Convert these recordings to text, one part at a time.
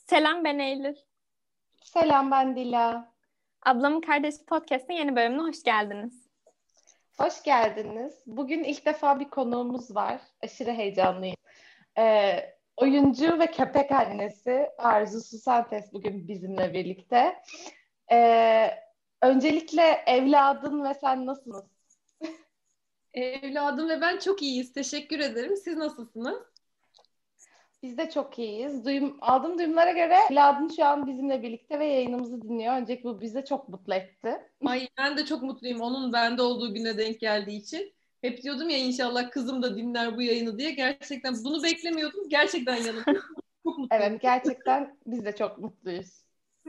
Selam, ben Eylül. Selam, ben Dila. Ablamın Kardeşi Podcast'ın yeni bölümüne hoş geldiniz. Hoş geldiniz. Bugün ilk defa bir konuğumuz var. Aşırı heyecanlıyım. Oyuncu ve köpek annesi Arzu Susantes bugün bizimle birlikte. Ee, Öncelikle evladın ve sen nasılsınız? Evladım ve ben çok iyiyiz. Teşekkür ederim. Siz nasılsınız? Biz de çok iyiyiz. Aldığım duyumlara göre evladın şu an bizimle birlikte ve yayınımızı dinliyor. Öncelikle bu bizi çok mutlu etti. Ay ben de çok mutluyum onun bende olduğu güne denk geldiği için. Hep diyordum ya inşallah kızım da dinler bu yayını diye. Gerçekten bunu beklemiyordum. Gerçekten yanıldım. Çok mutluyum. Evet, gerçekten biz de çok mutluyuz.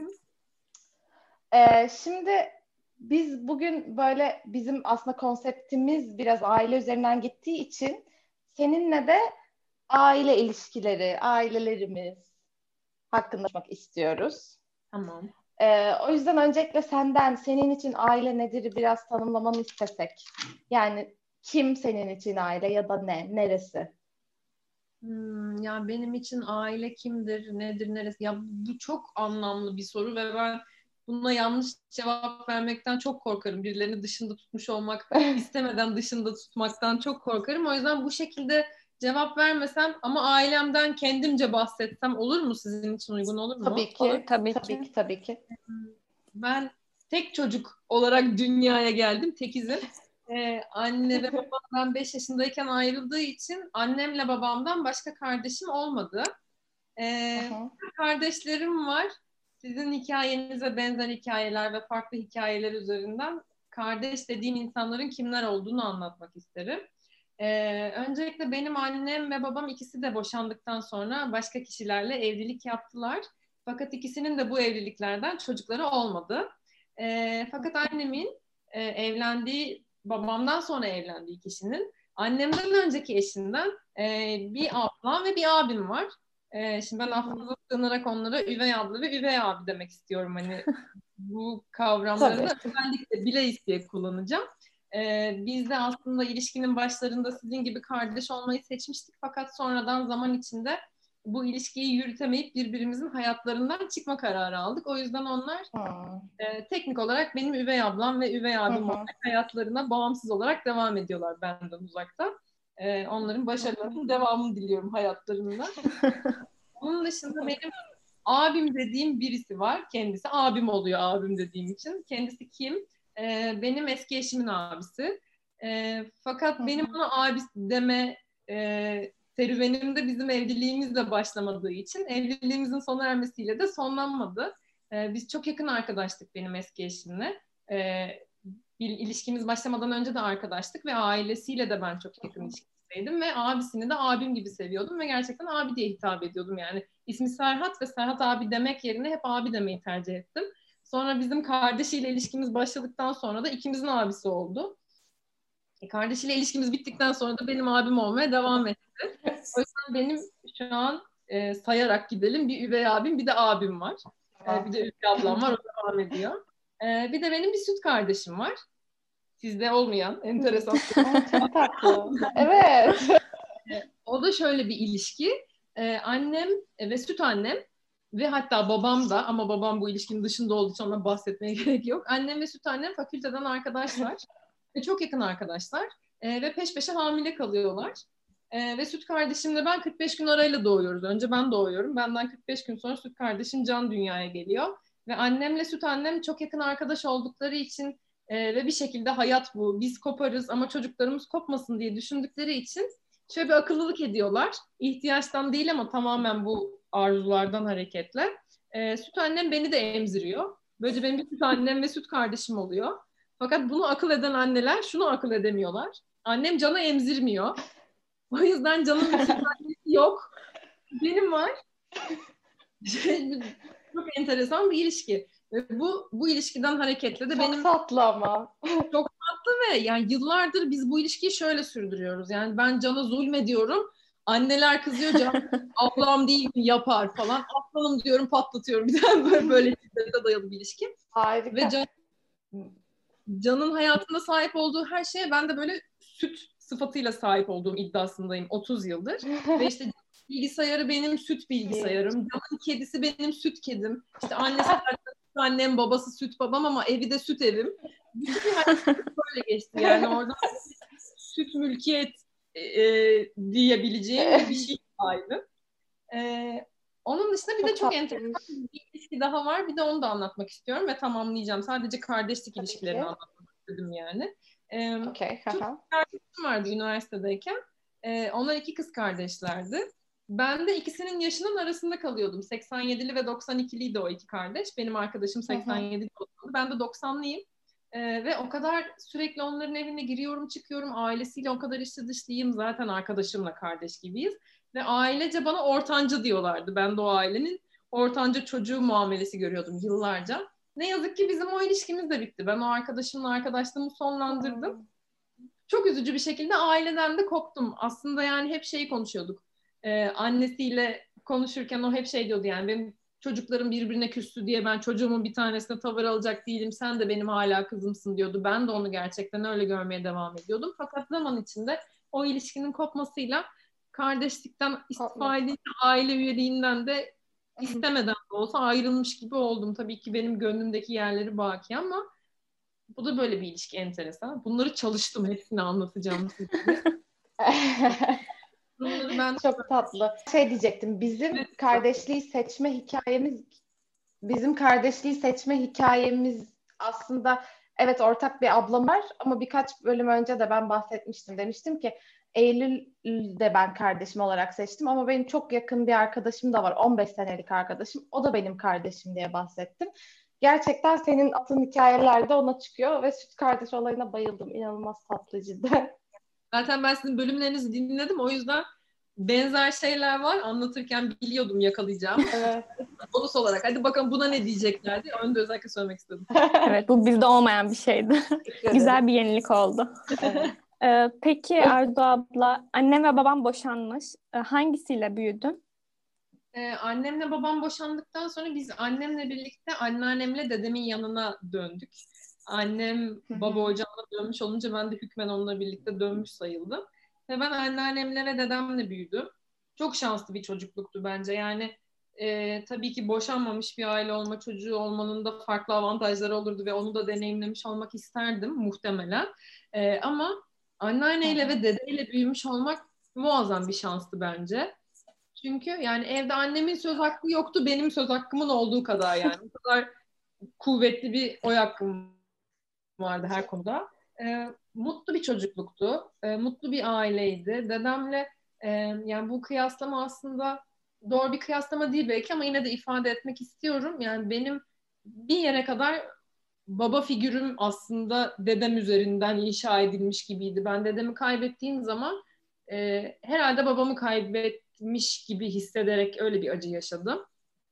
Şimdi biz bugün böyle bizim aslında konseptimiz biraz aile üzerinden gittiği için seninle de aile ilişkileri, ailelerimiz hakkında konuşmak istiyoruz. Tamam. O yüzden öncelikle senin için aile nedir biraz tanımlamanı istesek. Yani kim senin için aile ya da neresi? Ya benim için aile kimdir, nedir, neresi? Ya bu çok anlamlı bir soru ve ben buna yanlış cevap vermekten çok korkarım. Birilerini dışında tutmuş olmak, istemeden dışında tutmaktan çok korkarım. O yüzden bu şekilde cevap vermesem ama ailemden kendimce bahsetsem olur mu? Sizin için uygun olur mu? Tabii ki. Olur, tabii Tabii ki. ki, tabii ki. Ben tek çocuk olarak dünyaya geldim. Tekizim. Anne ve babamdan 5 yaşındayken ayrıldığı için annemle babamdan başka kardeşim olmadı. Hı-hı. Kardeşlerim var. Sizin hikayenize benzer hikayeler ve farklı hikayeler üzerinden kardeş dediğim insanların kimler olduğunu anlatmak isterim. Öncelikle benim annem ve babam ikisi de boşandıktan sonra başka kişilerle evlilik yaptılar. Fakat ikisinin de bu evliliklerden çocukları olmadı. Fakat annemin babamdan sonra evlendiği kişinin annemden önceki eşinden bir ablam ve bir abim var. Şimdi ben affınıza sığınarak onlara üvey abla ve üvey abi demek istiyorum. Hani bu kavramları da özellikle bile isteye kullanacağım. Biz de aslında ilişkinin başlarında sizin gibi kardeş olmayı seçmiştik. Fakat sonradan zaman içinde bu ilişkiyi yürütemeyip birbirimizin hayatlarından çıkma kararı aldık. O yüzden onlar teknik olarak benim üvey ablam ve üvey abim olarak hayatlarına bağımsız olarak devam ediyorlar benden uzakta. Onların başarılarının devamını diliyorum hayatlarında. Onun dışında benim abim dediğim birisi var. Kendisi abim oluyor abim dediğim için. Kendisi kim? Benim eski eşimin abisi. Fakat benim ona abisi deme serüvenimde bizim evliliğimizle başlamadığı için evliliğimizin sona ermesiyle de sonlanmadı. Biz çok yakın arkadaştık benim eski eşimle. Bir ilişkimiz başlamadan önce de arkadaştık ve ailesiyle de ben çok yakın ilişkideydim ve abisini de abim gibi seviyordum ve gerçekten abi diye hitap ediyordum yani. İsmi Serhat ve Serhat abi demek yerine hep abi demeyi tercih ettim. Sonra bizim kardeşiyle ilişkimiz başladıktan sonra da ikimizin abisi oldu. Kardeşiyle ilişkimiz bittikten sonra da benim abim olmaya devam etti. O yüzden benim şu an sayarak gidelim bir üvey abim bir de abim var. Bir de üvey ablam var o devam ediyor. Bir de benim bir süt kardeşim var. Sizde olmayan enteresan. Çok tatlı. Evet. O da şöyle bir ilişki. Annem ve süt annem ve hatta babam da ama babam bu ilişkinin dışında olduğu için ona bahsetmeye gerek yok. Annem ve süt annem fakülteden arkadaşlar ve çok yakın arkadaşlar ve peş peşe hamile kalıyorlar. Ve süt kardeşimle ben 45 gün arayla doğuyoruz. Önce ben doğuyorum. Benden 45 gün sonra süt kardeşim Can dünyaya geliyor. Ve annemle süt annem çok yakın arkadaş oldukları için ve bir şekilde hayat bu. Biz koparız ama çocuklarımız kopmasın diye düşündükleri için şöyle bir akıllılık ediyorlar. İhtiyaçtan değil ama tamamen bu arzulardan hareketle. Süt annem beni de emziriyor. Böylece benim bir süt annem ve süt kardeşim oluyor. Fakat bunu akıl eden anneler şunu akıl edemiyorlar. Annem Can'ı emzirmiyor. O yüzden Can'ın bir süt annesi yok. Benim var. Çok enteresan bir ilişki. Ve bu ilişkiden hareketle de benim... Çok tatlı ama. Çok tatlı ve yani yıllardır biz bu ilişkiyi şöyle sürdürüyoruz. Yani ben Can'a zulmediyorum. Anneler kızıyor Can ablam değil mi yapar falan. Aslanım diyorum patlatıyorum. Bir daha böyle şiddete dayalı bir ilişki. Harika. Ve Can'ın hayatında sahip olduğu her şeye ben de böyle süt sıfatıyla sahip olduğum iddiasındayım 30 yıldır. Ve işte bilgisayarı benim süt bilgisayarım. Can'ın kedisi benim süt kedim. İşte annesi annem, babası süt babam ama evi de süt evim. Bütün bir hayatım böyle geçti. Yani orada süt mülkiyet diyebileceğim bir şey vardı. Onun dışında bir de çok enteresan bir ilişki daha var. Bir de onu da anlatmak istiyorum ve tamamlayacağım. Sadece kardeşlik ilişkilerini anlatmak istedim yani. Çok kardeşim vardı üniversitedeyken. Onlar 2 kız kardeşlerdi. Ben de ikisinin yaşının arasında kalıyordum. 87'li ve 92'liydi o 2 kardeş. Benim arkadaşım 87'li oldu. Ben de 90'lıyım. Ve o kadar sürekli onların evine giriyorum çıkıyorum. Ailesiyle o kadar içli dışlıyım. Zaten arkadaşımla kardeş gibiyiz. Ve ailece bana ortanca diyorlardı. Ben de o ailenin ortanca çocuğu muamelesi görüyordum yıllarca. Ne yazık ki bizim o ilişkimiz de bitti. Ben o arkadaşımla arkadaşlığımı sonlandırdım. Çok üzücü bir şekilde aileden de koptum. Aslında yani hep şeyi konuşuyorduk. Annesiyle konuşurken o hep şey diyordu yani benim çocuklarım birbirine küstü diye ben çocuğumun bir tanesine tavır alacak değilim. Sen de benim hala kızımsın diyordu. Ben de onu gerçekten öyle görmeye devam ediyordum. Fakat zaman içinde o ilişkinin kopmasıyla kardeşlikten istifa edince aile üyeliğinden de istemeden de olsa ayrılmış gibi oldum. Tabii ki benim gönlümdeki yerleri baki ama bu da böyle bir ilişki enteresan. Bunları çalıştım. Hepsini anlatacağım size. Bunları ben... Çok tatlı. Şey diyecektim. Bizim kardeşliği seçme hikayemiz aslında evet ortak bir ablam var ama birkaç bölüm önce de ben bahsetmiştim. Demiştim ki Eylül'de ben kardeşim olarak seçtim ama benim çok yakın bir arkadaşım da var. 15 senelik arkadaşım. O da benim kardeşim diye bahsettim. Gerçekten senin attığın hikayelerde ona çıkıyor ve süt kardeş olayına bayıldım. İnanılmaz tatlı cidden. Zaten ben sizin bölümlerinizi dinledim. O yüzden benzer şeyler var. Anlatırken biliyordum yakalayacağım. Evet. Bonus olarak. Hadi bakalım buna ne diyeceklerdi. Onu da özellikle söylemek istedim. Evet, bu bizde olmayan bir şeydi. Güzel bir yenilik oldu. Evet. Peki Arzu abla, annem ve babam boşanmış. Hangisiyle büyüdün? Annemle babam boşandıktan sonra biz annemle birlikte anneannemle dedemin yanına döndük. Annem baba ocağına dönmüş olunca ben de hükmen onunla birlikte dönmüş sayıldım. Ve ben anneannemle ve dedemle büyüdüm. Çok şanslı bir çocukluktu bence. Yani tabii ki boşanmamış bir aile olma, çocuğu olmanın da farklı avantajları olurdu ve onu da deneyimlemiş olmak isterdim muhtemelen. Ama anneanneyle ve dedeyle büyümüş olmak muazzam bir şanstı bence. Çünkü yani evde annemin söz hakkı yoktu, benim söz hakkımın olduğu kadar yani. O kadar kuvvetli bir oy hakkım vardı her konuda. Mutlu bir çocukluktu, mutlu bir aileydi. Dedemle yani bu kıyaslama aslında doğru bir kıyaslama değil belki ama yine de ifade etmek istiyorum. Yani benim bir yere kadar baba figürüm aslında dedem üzerinden inşa edilmiş gibiydi. Ben dedemi kaybettiğim zaman herhalde babamı kaybetmiş gibi hissederek öyle bir acı yaşadım.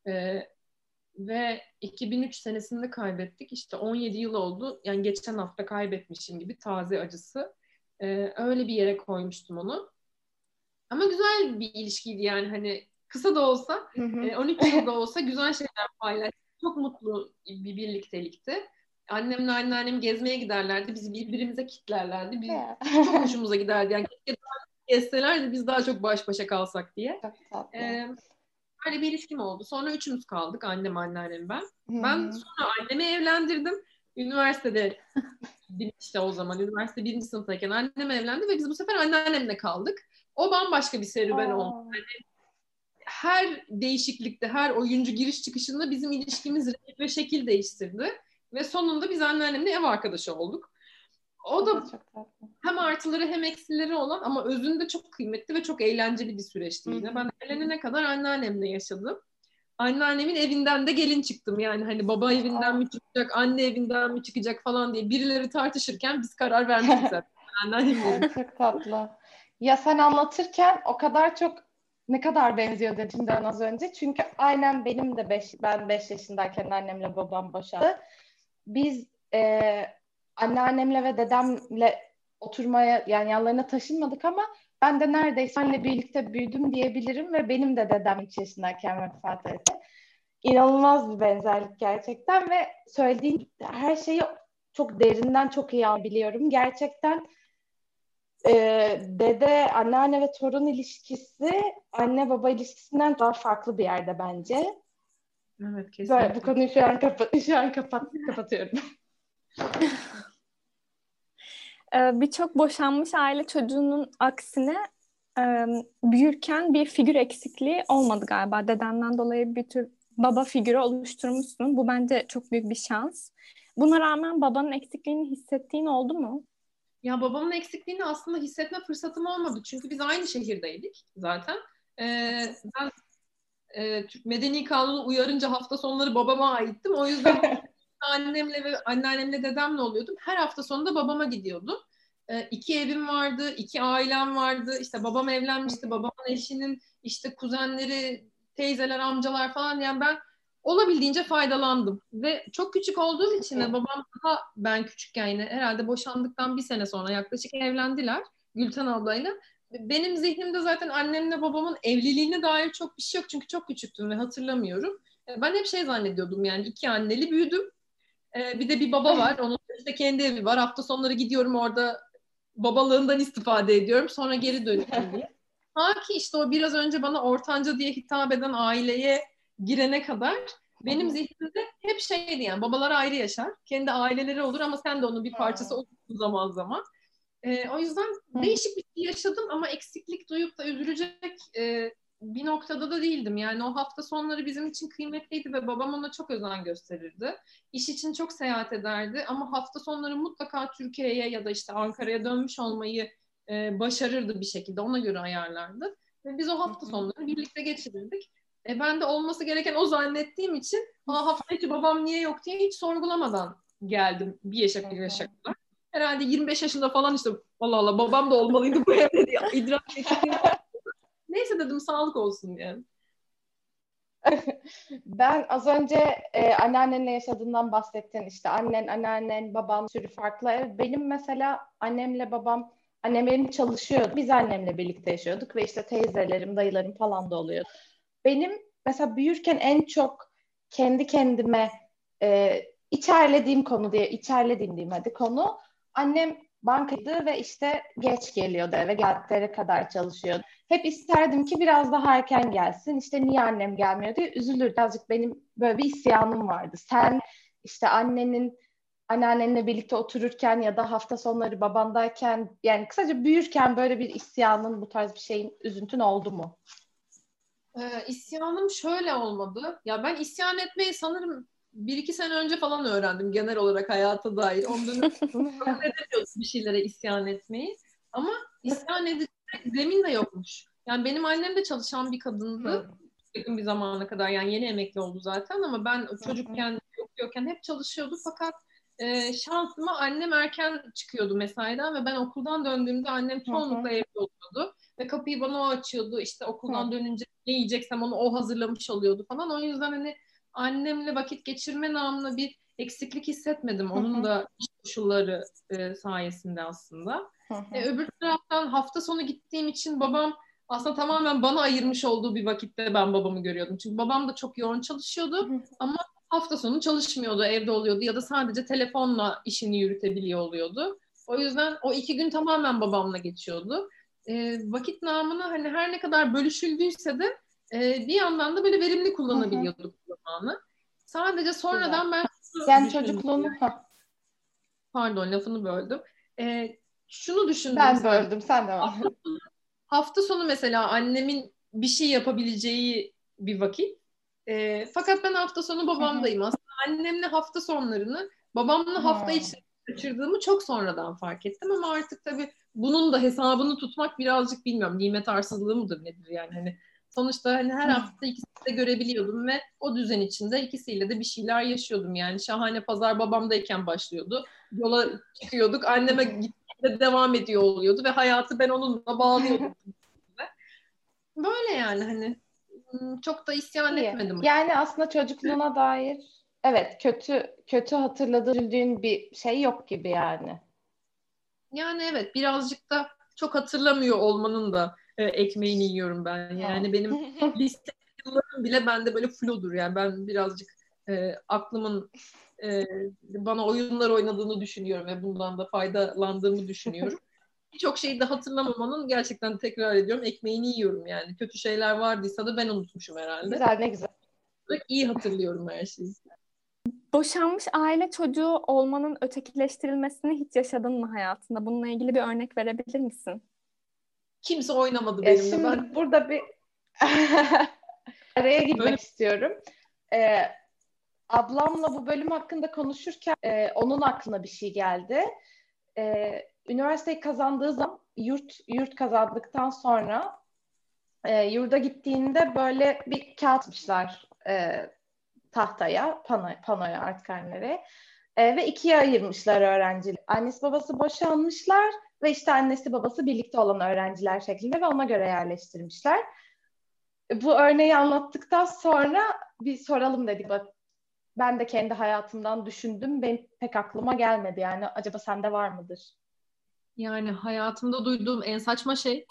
Ve 2003 senesinde kaybettik. İşte 17 yıl oldu. Yani geçen hafta kaybetmişim gibi taze acısı. Öyle bir yere koymuştum onu. Ama güzel bir ilişkiydi yani hani kısa da olsa 13 yılda olsa güzel şeyler paylaştık. Çok mutlu bir birliktelikti. Annemle anneannem gezmeye giderlerdi. Bizi birbirimize kitlerlerdi. Çok hoşumuza giderdi. Yani keşke daha gezselerdi biz daha çok baş başa kalsak diye. Böyle bir ilişkim oldu. Sonra üçümüz kaldık. Annem, anneannem, ben. Ben sonra annemi evlendirdim. Üniversitede işte o zaman üniversite 1. sınıftayken annem evlendi ve biz bu sefer anneannemle kaldık. O bambaşka bir serüven oldu. Yani her değişiklikte, her oyuncu giriş çıkışında bizim ilişkimiz renk ve şekil değiştirdi. Ve sonunda biz anneannemle ev arkadaşı olduk. O da hem artıları hem eksileri olan ama özünde çok kıymetli ve çok eğlenceli bir süreçti yine. Ben evlenene kadar anneannemle yaşadım. Anneannemin evinden de gelin çıktım. Yani hani baba evinden mi çıkacak, anne evinden mi çıkacak falan diye birileri tartışırken biz karar vermiştik zaten. Anneannemle. Çok tatlı. Ya sen anlatırken o kadar çok ne kadar benziyor dediğimden az önce. Çünkü aynen benim de ben 5 yaşındayken annemle babam boşandı. Biz anneannemle ve dedemle oturmaya yani yanlarına taşınmadık ama ben de neredeyse seninle birlikte büyüdüm diyebilirim ve benim de dedem 3 yaşındayken vefat etti. İnanılmaz bir benzerlik gerçekten ve söylediğin her şeyi çok derinden çok iyi biliyorum. Gerçekten Dede, anneanne ve torun ilişkisi anne baba ilişkisinden daha farklı bir yerde bence. Evet, Böyle bu kesinlikle. konuyu şu an kapatıyorum. Birçok boşanmış aile çocuğunun aksine e, büyürken bir figür eksikliği olmadı galiba. Dedenden dolayı bir tür baba figürü oluşturmuşsun. Bu bence çok büyük bir şans. Buna rağmen babanın eksikliğini hissettiğin oldu mu? Ya babamın eksikliğini aslında hissetme fırsatım olmadı. Çünkü biz aynı şehirdeydik zaten. Ben Türk Medeni Kanunu uyarınca hafta sonları babama aittim. O yüzden annemle ve anneannemle dedemle oluyordum. Her hafta sonunda babama gidiyordum. İki evim vardı, iki ailem vardı. İşte babam evlenmişti, babamın eşinin işte kuzenleri, teyzeler, amcalar falan. Yani ben olabildiğince faydalandım. Ve çok küçük olduğum için de babam daha ben küçükken yine herhalde boşandıktan bir sene sonra yaklaşık evlendiler Gülten ablayla. Benim zihnimde zaten annemle babamın evliliğine dair çok bir şey yok. Çünkü çok küçüktüm ve hatırlamıyorum. Ben hep şey zannediyordum yani iki anneli büyüdüm. Bir de bir baba var. Onun işte kendi evi var. Hafta sonları gidiyorum orada babalığından istifade ediyorum. Sonra geri dönüyorum diye. Ta ki işte o biraz önce bana ortanca diye hitap eden aileye girene kadar benim zihnimde hep şeydi yani babalar ayrı yaşar. Kendi aileleri olur ama sen de onun bir parçası olursun zaman zaman. O yüzden değişik bir şey yaşadım ama eksiklik duyup da üzülecek bir noktada da değildim. Yani o hafta sonları bizim için kıymetliydi ve babam ona çok özen gösterirdi. İş için çok seyahat ederdi ama hafta sonları mutlaka Türkiye'ye ya da işte Ankara'ya dönmüş olmayı başarırdı bir şekilde. Ona göre ayarlardı. Ve biz o hafta sonları birlikte geçirirdik. Ben de olması gereken o zannettiğim için hafta içi babam niye yok diye hiç sorgulamadan geldim bir yaşa kadar. Herhalde 25 yaşında falan işte Allah Allah babam da olmalıydı bu evde diye idrak ettiğim. Neyse dedim sağlık olsun yani. Ben az önce anneannenle yaşadığından bahsettin. İşte annen, anneannen, baban sürü farklı ev. Benim mesela annemle babam, annem benim çalışıyordu. Biz annemle birlikte yaşıyorduk ve işte teyzelerim, dayılarım falan da oluyordu. Benim mesela büyürken en çok kendi kendime içerlediğim konu diye, içerlediğim diyeyim hadi konu. Annem bankaydı ve işte geç geliyordu eve, geldiklere kadar çalışıyordu. Hep isterdim ki biraz daha erken gelsin. İşte niye annem gelmiyor diye üzülür. Birazcık benim böyle bir isyanım vardı. Sen işte anneannenle birlikte otururken ya da hafta sonları babandayken yani kısaca büyürken böyle bir isyanın bu tarz bir şeyin üzüntün oldu mu? İsyanım şöyle olmadı. Ya ben isyan etmeyi sanırım bir iki sene önce falan öğrendim genel olarak hayata dair. Ondan kabul edemiyordum bir şeylere isyan etmeyi. Ama isyan edecek zemin de yokmuş. Yani benim annem de çalışan bir kadındı. Yakın bir zamana kadar yani yeni emekli oldu zaten ama ben çocukken okuyorken hep çalışıyordu fakat şansıma annem erken çıkıyordu mesaiden ve ben okuldan döndüğümde annem çoğunlukla evde oluyordu ve kapıyı bana o açıyordu işte okuldan dönünce ne yiyeceksem onu o hazırlamış oluyordu falan o yüzden hani annemle vakit geçirme namına bir eksiklik hissetmedim onun da iş koşulları sayesinde aslında. Öbür taraftan hafta sonu gittiğim için babam aslında tamamen bana ayırmış olduğu bir vakitte ben babamı görüyordum. Çünkü babam da çok yoğun çalışıyordu ama hafta sonu çalışmıyordu, evde oluyordu ya da sadece telefonla işini yürütebiliyor oluyordu. O yüzden o iki gün tamamen babamla geçiyordu. Vakit namına hani her ne kadar bölüşüldüyse de bir yandan da böyle verimli kullanabiliyorduk zamanı. Sadece Güzel. sonradan ben şunu Yani düşündüm. çocukluğunu Pardon lafını böldüm. Şunu düşündüm ben sadece. böldüm sen devam et. Hafta sonu mesela annemin bir şey yapabileceği bir vakit. Fakat ben hafta sonu babamdayım. Aslında annemle hafta sonlarını, babamla hafta içi kaçırdığımı çok sonradan fark ettim ama artık tabii bunun da hesabını tutmak birazcık bilmiyorum. Nimet arsızlığı mıdır nedir yani hani sonuçta hani her hafta ikisini de görebiliyordum ve o düzen içinde ikisiyle de bir şeyler yaşıyordum yani. Şahane Pazar babamdayken başlıyordu. Yola çıkıyorduk. Anneme gittiğinde devam ediyor oluyordu ve hayatı ben onunla bağlıyordum. Böyle yani hani çok da isyan İyi. etmedim. Yani aslında çocukluğuna dair evet kötü hatırladığın bir şey yok gibi yani. Yani evet birazcık da çok hatırlamıyor olmanın da ekmeğini yiyorum ben. Yani benim lise yıllarım bile bende böyle flodur yani ben birazcık aklımın bana oyunlar oynadığını düşünüyorum ve bundan da faydalandığımı düşünüyorum. birçok şeyi de hatırlamamanın, gerçekten tekrar ediyorum, ekmeğini yiyorum yani. Kötü şeyler vardıysa da ben unutmuşum herhalde. Güzel, ne güzel. İyi hatırlıyorum her şeyi. Boşanmış aile çocuğu olmanın ötekileştirilmesini hiç yaşadın mı hayatında? Bununla ilgili bir örnek verebilir misin? Kimse oynamadı Ya benimle. şimdi Ben burada bir araya girmek istiyorum. Ablamla bu bölüm hakkında konuşurken onun aklına bir şey geldi. Üniversiteyi kazandığı zaman yurt kazandıktan sonra yurda gittiğinde böyle bir kağıt atmışlar tahtaya, panoya artık her nereye. Ve ikiye ayırmışlar öğrencileri. Annesi babası boşanmışlar ve işte annesi babası birlikte olan öğrenciler şeklinde ve ona göre yerleştirmişler. Bu örneği anlattıktan sonra bir soralım dedik. Bak, ben de kendi hayatımdan düşündüm. Benim pek aklıma gelmedi yani. Acaba sende var mıdır? yani hayatımda duyduğum en saçma şey.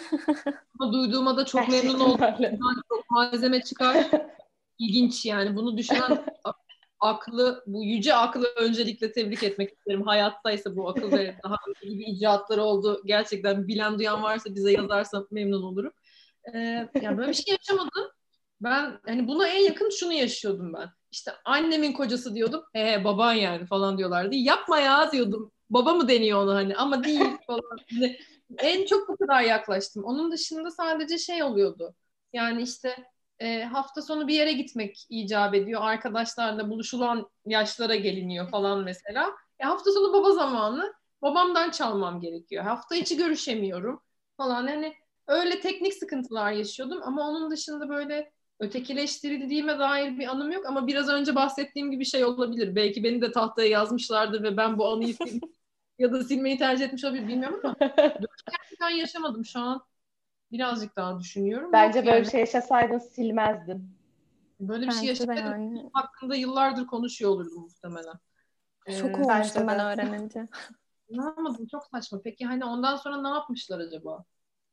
Ama duyduğuma da çok memnun Gerçekten oldum. öyle. Bundan çok malzeme çıkar. İlginç yani. Bunu düşünen aklı, bu yüce aklı öncelikle tebrik etmek isterim. Hayattaysa bu akıl ve daha önce gibi icraatları oldu. Gerçekten bilen duyan varsa bize yazarsa memnun olurum. Yani böyle bir şey yaşamadım. Ben hani buna en yakın şunu yaşıyordum ben. İşte annemin kocası diyordum. Baban yani falan diyorlardı. Yapma ya diyordum. Baba mı deniyor ona hani, ama değil falan. Hani en çok bu kadar yaklaştım. Onun dışında sadece şey oluyordu. Yani işte hafta sonu bir yere gitmek icap ediyor. Arkadaşlarla buluşulan yaşlara geliniyor falan mesela. Hafta sonu baba zamanı. Babamdan çalmam gerekiyor. Hafta içi görüşemiyorum falan. Yani öyle teknik sıkıntılar yaşıyordum ama onun dışında böyle ötekileştirildiğime dair bir anım yok, ama biraz önce bahsettiğim gibi şey olabilir. Belki beni de tahtaya yazmışlardır ve ben bu anıyı ya da silmeyi tercih etmiş olabilir, bilmiyorum, ama gerçekten yaşamadım şu an. Birazcık daha düşünüyorum. Yok Bence böyle bir yani. şey yaşasaydın silmezdin. Böyle bir şey Bence de yaşasaydım yani. hakkında yıllardır konuşuyor olurdum muhtemelen. Şok Bence olmuştum ben de. öğrenince. Anlamadım, çok saçma. Peki hani ondan sonra ne yapmışlar acaba?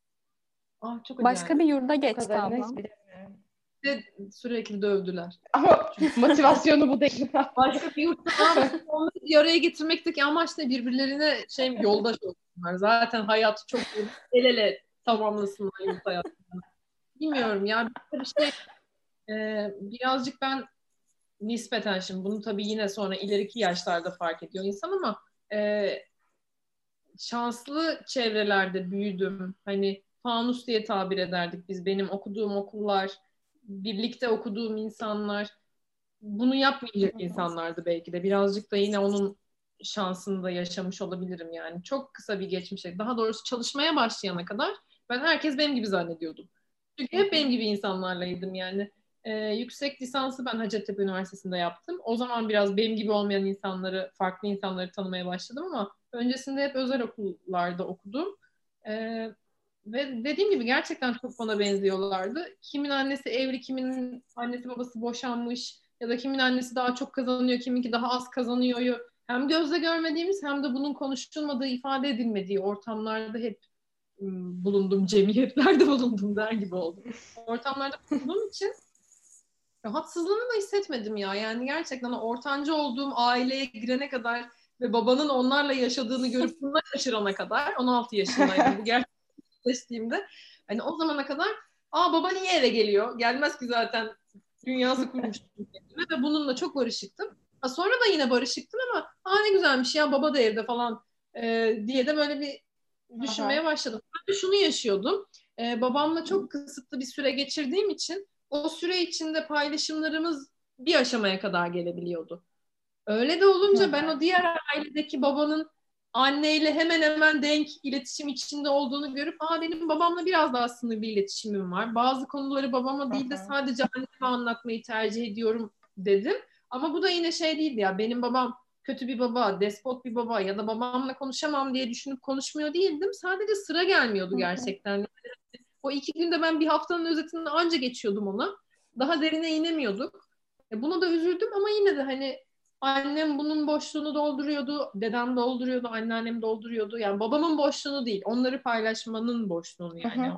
Ah, çok Başka bir acayip. yurda O geçti kadarını hiç ablam. bilemiyorum. Ve sürekli dövdüler. Ama Çünkü motivasyonu bu değil. başka bir yurtta ne yapsın? Onları bir araya getirmekteki amaç ne? Birbirlerine yoldaş olsunlar. Zaten hayatı çok el ele tamamlasınlar yurt hayatı. Bilmiyorum ya. Bir şey, birazcık ben nispeten, şimdi bunu tabii yine sonra ileriki yaşlarda fark ediyor insan, ama e, şanslı çevrelerde büyüdüm. Hani fanus diye tabir ederdik biz. Benim okuduğum okullar, birlikte okuduğum insanlar bunu yapmayacak insanlardı belki de. Birazcık da yine onun şansını da yaşamış olabilirim yani. Çok kısa bir geçmişe, daha doğrusu çalışmaya başlayana kadar ben herkes benim gibi zannediyordum. Çünkü hep benim gibi insanlarlaydım yani. Yüksek lisansı ben Hacettepe Üniversitesi'nde yaptım. O zaman biraz benim gibi olmayan insanları, farklı insanları tanımaya başladım, ama öncesinde hep özel okullarda okudum. Ee, Ve dediğim gibi gerçekten çok bana benziyorlardı. Kimin annesi evli, kimin annesi babası boşanmış, ya da kimin annesi daha çok kazanıyor, kiminki daha az kazanıyor. Hem gözle görmediğimiz hem de bunun konuşulmadığı, ifade edilmediği ortamlarda hep bulundum, cemiyetlerde bulundum der gibi oldum. Ortamlarda bulunduğum için rahatsızlığını da hissetmedim ya. Yani gerçekten ortancı olduğum aileye girene kadar ve babanın onlarla yaşadığını görüp buna şaşırana kadar, 16 yaşındaydım bu gerçekleştiğimde. Hani o zamana kadar baba niye eve geliyor? Gelmez ki zaten, dünyası kurmuştum kendime ve bununla çok barışıktım. Sonra da yine barışıktım, ama ne güzelmiş ya, baba da evde falan diye de böyle bir düşünmeye Aha. başladım. Ben de şunu yaşıyordum. Babamla çok kısıtlı bir süre geçirdiğim için o süre içinde paylaşımlarımız bir aşamaya kadar gelebiliyordu. Öyle de olunca ben o diğer ailedeki babanın anneyle hemen hemen denk iletişim içinde olduğunu görüp benim babamla biraz daha sınırlı bir iletişimim var. Bazı konuları babama değil de sadece anneme anlatmayı tercih ediyorum dedim. Ama bu da yine şey değildi ya, benim babam kötü bir baba, despot bir baba ya da babamla konuşamam diye düşünüp konuşmuyor değildim. Sadece sıra gelmiyordu gerçekten. O 2 günde ben bir haftanın özetini anca geçiyordum ona. Daha derine inemiyorduk. Buna da üzüldüm, ama yine de hani annem bunun boşluğunu dolduruyordu, dedem dolduruyordu, anneannem dolduruyordu. Yani babamın boşluğunu değil, onları paylaşmanın boşluğunu yani.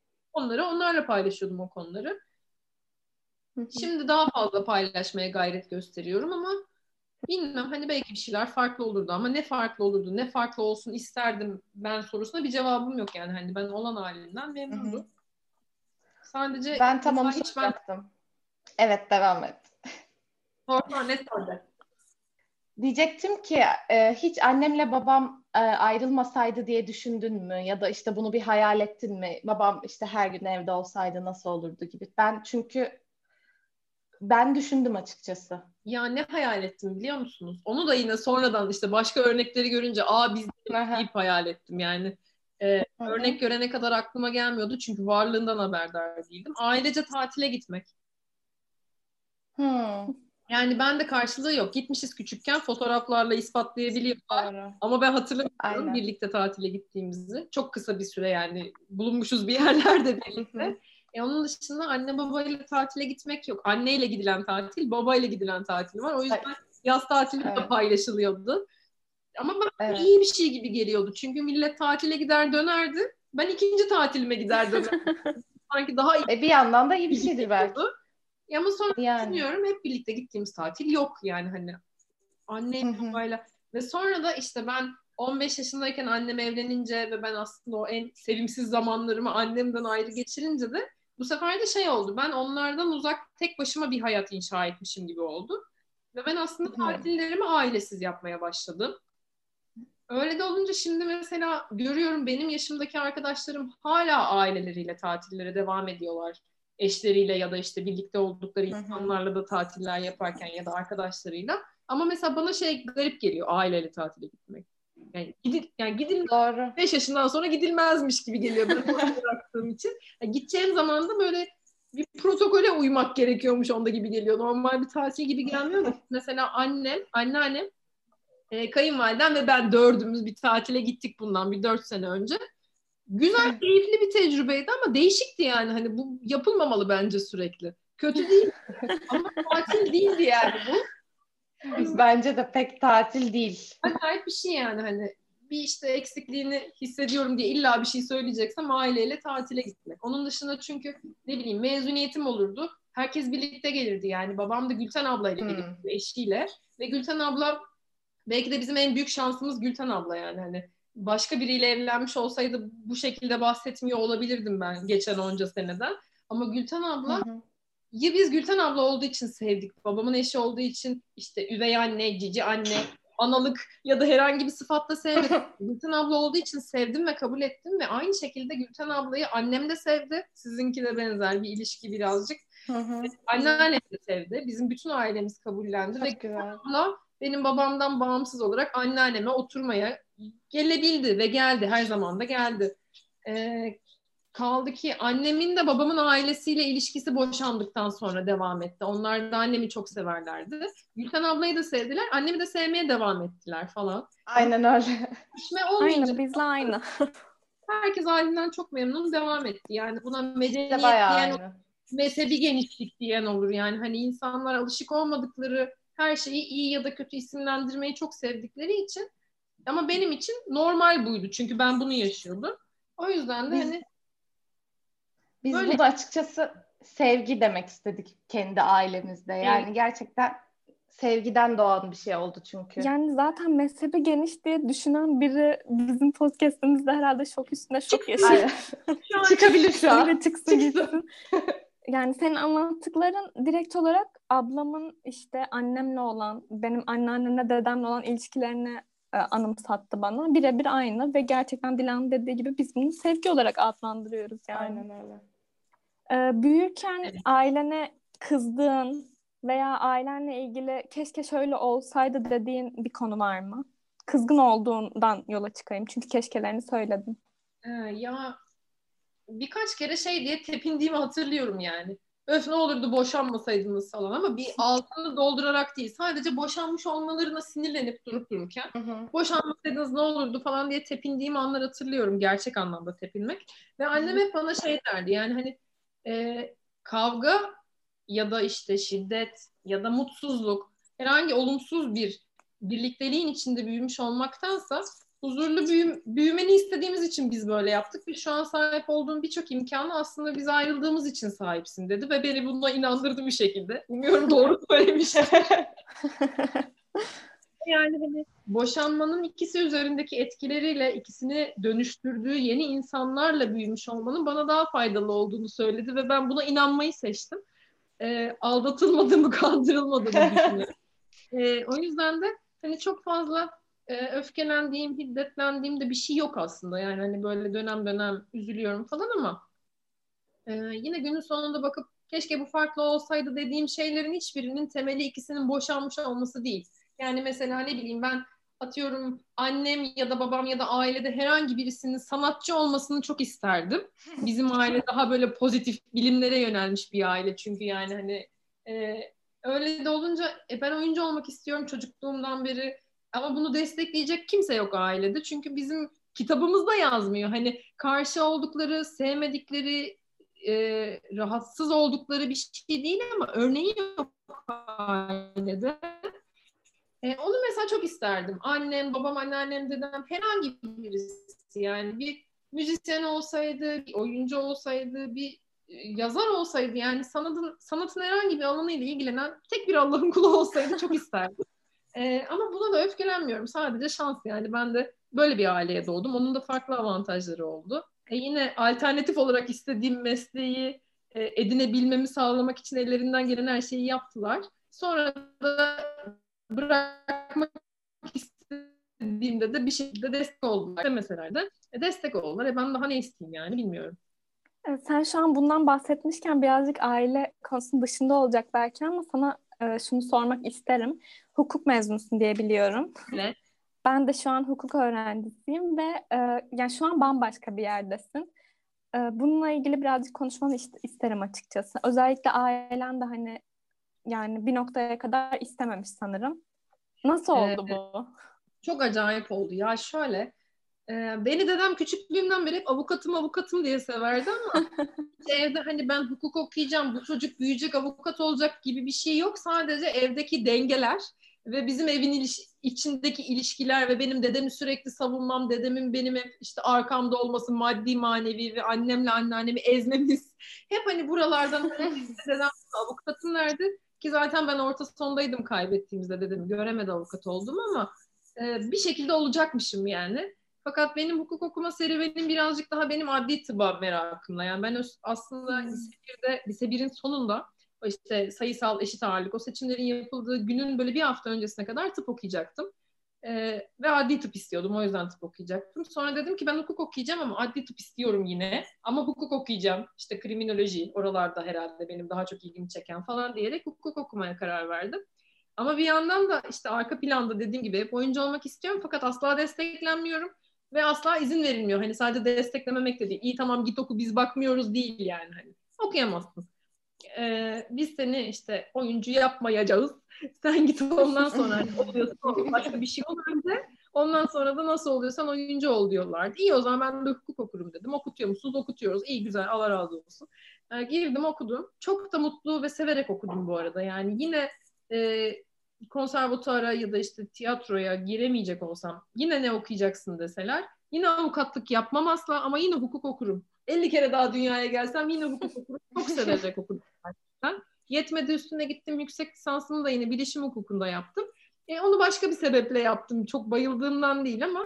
Onlarla paylaşıyordum o konuları. Şimdi daha fazla paylaşmaya gayret gösteriyorum, ama bilmem hani belki bir şeyler farklı olurdu ama ne farklı olurdu, ne farklı olsun isterdim ben sorusuna bir cevabım yok yani. Hani ben olan halimden memnundum. Sadece Ben tam onu hiç soracaktım. Evet, devam et. sorma ne soracak? Diyecektim ki hiç annemle babam ayrılmasaydı diye düşündün mü? Ya da işte bunu bir hayal ettin mi? Babam işte her gün evde olsaydı nasıl olurdu gibi. Çünkü ben düşündüm açıkçası. Ya ne hayal ettim biliyor musunuz? Onu da yine sonradan işte başka örnekleri görünce biz deyip Aha. hayal ettim yani. Hı hı. Örnek görene kadar aklıma gelmiyordu çünkü varlığından haberdar değildim. Ailece tatile gitmek. Hmm, Yani ben de karşılığı yok. Gitmişiz küçükken fotoğraflarla ispatlayabiliyorlar. doğru. Ama ben hatırlamıyorum Aynen. birlikte tatile gittiğimizi. Çok kısa bir süre yani bulunmuşuz bir yerlerde Hı birlikte. hı. Onun dışında anne babayla tatile gitmek yok. Anneyle gidilen tatil, babayla gidilen tatil var. O yüzden yaz tatili de Evet. paylaşılıyordu. Ama bana Evet. iyi bir şey gibi geliyordu. Çünkü millet tatile gider dönerdi. Ben ikinci tatilime gider dönerdim. Sanki daha iyi Bir yandan da iyi bir gibi şeydir belki. geliyordu. Ama sonra Yani. düşünüyorum hep birlikte gittiğimiz tatil yok yani hani Hı anneyle hı. babayla ve sonra da işte ben 15 yaşındayken annem evlenince ve ben aslında o en sevimsiz zamanlarımı annemden ayrı geçirince de bu sefer de şey oldu. Ben onlardan uzak tek başıma bir hayat inşa etmişim gibi oldu. Ve ben aslında Hı. tatillerimi ailesiz yapmaya başladım. Öyle de olunca şimdi mesela görüyorum benim yaşımdaki arkadaşlarım hala aileleriyle tatillere devam ediyorlar. Eşleriyle ya da işte birlikte oldukları Hı hı. insanlarla da tatiller yaparken ya da arkadaşlarıyla. Ama mesela bana şey garip geliyor aileyle tatile gitmek. Yani gidilmez. Doğru. 5 yaşından sonra gidilmezmiş gibi geliyor ben onu bıraktığım için. Yani gideceğim zaman da böyle bir protokole uymak gerekiyormuş onda gibi geliyor. Normal bir tatil gibi gelmiyor da. Mesela anneannem kayınvalidem ve ben dördümüz bir tatile gittik bundan bir 4 sene önce. Güzel, keyifli bir tecrübeydi ama değişikti yani. Hani bu yapılmamalı bence sürekli. Kötü değil ama tatil değildi yani bu. Bence de pek tatil değil. Acayip bir şey yani hani bir işte eksikliğini hissediyorum diye illa bir şey söyleyeceksem aileyle tatile gitmek. Onun dışında çünkü ne bileyim mezuniyetim olurdu. Herkes birlikte gelirdi yani. Babam da Gülten ablayla gelirdi Hmm. eşiyle. Ve Gülten abla belki de bizim en büyük şansımız Gülten abla yani. Hani başka biriyle evlenmiş olsaydı bu şekilde bahsetmiyor olabilirdim ben geçen onca seneden. Ama Gülten Hı abla hı. ya biz Gülten abla olduğu için sevdik. Babamın eşi olduğu için işte üvey anne, cici anne, analık ya da herhangi bir sıfatla sevmedim. Gülten abla olduğu için sevdim ve kabul ettim ve aynı şekilde Gülten ablayı annem de sevdi. Sizinki de benzer bir ilişki birazcık. Hı hı. Anneannem de sevdi. Bizim bütün ailemiz kabullendi ve Çok Gülten güzel. abla benim babamdan bağımsız olarak anneanneme oturmaya gelebildi ve geldi. Her zaman da geldi. Ee, Kaldı ki annemin de babamın ailesiyle ilişkisi boşandıktan sonra devam etti. Onlar da annemi çok severlerdi. Gülten ablayı da sevdiler. Annemi de sevmeye devam ettiler falan. Ama Aynen öyle. düşme olmayınca Aynı, bizle aynı. herkes halinden çok memnun devam etti. Yani buna İşte medeniyet bayağı diyen, aynı. mezhebi genişlik diyen olur. Yani hani insanlar alışık olmadıkları her şeyi iyi ya da kötü isimlendirmeyi çok sevdikleri için. Ama benim için normal buydu. Çünkü ben bunu yaşıyordum. O yüzden de Biz hani biz böyle bunu açıkçası sevgi demek istedik kendi ailemizde. evet, Yani gerçekten sevgiden doğan bir şey oldu çünkü. Yani zaten mezhebi geniş diye düşünen biri bizim podcast'imizde herhalde şok üstüne şok yaşıyor. Aynen. şu an Çıkabilir şu Öyle an. çıksın Çıksın. gitsin. Yani senin anlattıkların direkt olarak ablamın işte annemle olan, benim anneannemle dedemle olan ilişkilerini anımsattı bana. Birebir aynı ve gerçekten Dilan'ın dediği gibi biz bunu sevgi olarak adlandırıyoruz yani. Aynen öyle. Büyürken evet. ailene kızdığın veya ailenle ilgili keşke şöyle olsaydı dediğin bir konu var mı? Kızgın olduğundan yola çıkayım. Çünkü keşkelerini söyledin. Ya birkaç kere şey diye tepindiğimi hatırlıyorum yani. Öf ne olurdu boşanmasaydınız falan ama bir altını doldurarak değil. Sadece boşanmış olmalarına sinirlenip durup dururken Hı hı. boşanmasaydınız ne olurdu falan diye tepindiğim anlar hatırlıyorum. Gerçek anlamda tepinmek. Ve annem hep bana şey derdi yani hani kavga ya da işte şiddet ya da mutsuzluk herhangi olumsuz bir birlikteliğin içinde büyümüş olmaktansa huzurlu büyümeni istediğimiz için biz böyle yaptık ve şu an sahip olduğun birçok imkanı aslında biz ayrıldığımız için sahipsin dedi ve beni buna inandırdı bir şekilde. Umuyorum doğru söylemiştim. boşanmanın ikisi üzerindeki etkileriyle ikisini dönüştürdüğü yeni insanlarla büyümüş olmanın bana daha faydalı olduğunu söyledi ve ben buna inanmayı seçtim. Aldatılmadığımı, kandırılmadığımı düşünüyorum. O yüzden de hani çok fazla öfkelendiğim, hiddetlendiğim de bir şey yok aslında. Yani hani böyle dönem dönem üzülüyorum falan ama yine günün sonunda bakıp keşke bu farklı olsaydı dediğim şeylerin hiçbirinin temeli ikisinin boşanmış olması değil. Yani mesela ne bileyim ben atıyorum annem ya da babam ya da ailede herhangi birisinin sanatçı olmasını çok isterdim. Bizim aile daha böyle pozitif bilimlere yönelmiş bir aile çünkü yani hani öyle de olunca ben oyuncu olmak istiyorum çocukluğumdan beri ama bunu destekleyecek kimse yok ailede. Çünkü bizim kitabımızda yazmıyor. Hani karşı oldukları, sevmedikleri, rahatsız oldukları bir şey değil ama örneği yok ailede. Onu mesela çok isterdim. Annem, babam, anneannem, dedem herhangi birisi yani bir müzisyen olsaydı, bir oyuncu olsaydı, bir yazar olsaydı yani sanatın herhangi bir alanıyla ilgilenen tek bir Allah'ın kulu olsaydı çok isterdim. Ama buna da öfkelenmiyorum. Sadece şans yani. Ben de böyle bir aileye doğdum. Onun da farklı avantajları oldu. Yine alternatif olarak istediğim mesleği edinebilmemi sağlamak için ellerinden gelen her şeyi yaptılar. Sonra da bırakmak istediğimde de bir şekilde destek oldular. Demeseler de destek oldular. Ben daha ne isteyeyim yani bilmiyorum. Sen şu an bundan bahsetmişken birazcık aile konusunun dışında olacak belki ama sana şunu sormak isterim. Hukuk mezunusun diye biliyorum. Evet. Ben de şu an hukuk öğrencisiyim ve yani şu an bambaşka bir yerdesin. Bununla ilgili birazcık konuşmanı isterim açıkçası. Özellikle ailen de hani yani bir noktaya kadar istememiş sanırım. Nasıl oldu bu? Çok acayip oldu. Ya şöyle, beni dedem küçüklüğümden beri hep avukatım diye severdi ama evde hani ben hukuk okuyacağım, bu çocuk büyüyecek avukat olacak gibi bir şey yok. Sadece evdeki dengeler ve bizim evin içindeki ilişkiler ve benim dedemi sürekli savunmam, dedemin benim hep işte arkamda olması, maddi manevi ve annemle anneannemi ezmemiz. Hep hani buralardan dedem avukatım nerede? Ki zaten ben orta sondaydım kaybettiğimizde dedemi göremedi avukat oldum ama bir şekilde olacakmışım yani. Fakat benim hukuk okuma serüvenim birazcık daha benim adli tıba merakımla. Yani ben aslında lise 1'in sonunda işte sayısal eşit ağırlık o seçimlerin yapıldığı günün böyle bir hafta öncesine kadar tıp okuyacaktım. Ve adli tıp istiyordum. O yüzden tıp okuyacaktım. Sonra dedim ki ben hukuk okuyacağım ama adli tıp istiyorum yine. Ama hukuk okuyacağım. İşte kriminoloji oralarda herhalde benim daha çok ilgimi çeken falan diyerek hukuk okumaya karar verdim. Ama bir yandan da işte arka planda dediğim gibi hep oyuncu olmak istiyorum fakat asla desteklenmiyorum ve asla izin verilmiyor. Hani sadece desteklememek de değil. İyi tamam git oku biz bakmıyoruz değil yani. Hani okuyamazsın. Biz seni işte oyuncu yapmayacağız. Sen git ondan sonra hani oluyorsun başka bir şey ol önce. Ondan sonra da nasıl oluyorsan oyuncu ol diyorlardı. İyi o zaman ben de hukuk okurum dedim. Okutuyor musunuz? Okutuyoruz. İyi güzel Allah razı olsun. Girdim okudum. Çok da mutlu ve severek okudum bu arada. Yani yine konservatuara ya da işte tiyatroya giremeyecek olsam yine ne okuyacaksın deseler yine avukatlık yapmam asla ama yine hukuk okurum. 50 kere daha dünyaya gelsem yine hukuk okurum. Çok severek okudum gerçekten. Yetmedi üstüne gittim yüksek lisansımı da yine bilişim hukukunda yaptım. Onu başka bir sebeple yaptım. Çok bayıldığımdan değil ama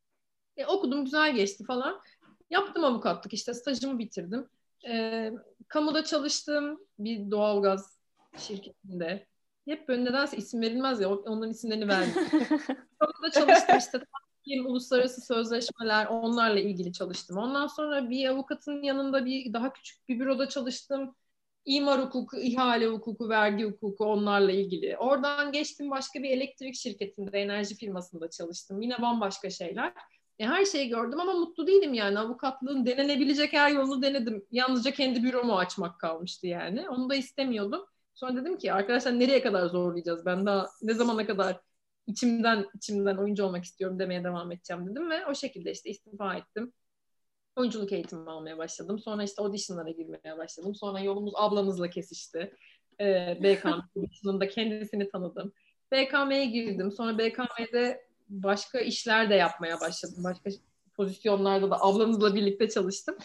okudum güzel geçti falan. Yaptım avukatlık işte stajımı bitirdim. Kamuda çalıştım bir doğalgaz şirketinde. Hep böyle nedense isim verilmez ya onların isimlerini verdim. Kamuda çalıştım işte uluslararası sözleşmeler onlarla ilgili çalıştım. Ondan sonra bir avukatın yanında bir daha küçük bir büroda çalıştım. İmar hukuku, ihale hukuku, vergi hukuku onlarla ilgili. Oradan geçtim başka bir elektrik şirketinde, enerji firmasında çalıştım. Yine bambaşka şeyler. Her şeyi gördüm ama mutlu değilim yani. Avukatlığın denenebilecek her yolunu denedim. Yalnızca kendi büromu açmak kalmıştı yani. Onu da istemiyordum. Sonra dedim ki arkadaşlar nereye kadar zorlayacağız? Ben daha ne zamana kadar içimden oyuncu olmak istiyorum demeye devam edeceğim dedim ve o şekilde işte istifa ettim. Oyunculuk eğitimi almaya başladım. Sonra işte auditionlara girmeye başladım. Sonra yolumuz ablamızla kesişti. BKM auditionında kendisini tanıdım. BKM'ye girdim. Sonra BKM'de başka işler de yapmaya başladım. Başka pozisyonlarda da ablamızla birlikte çalıştım.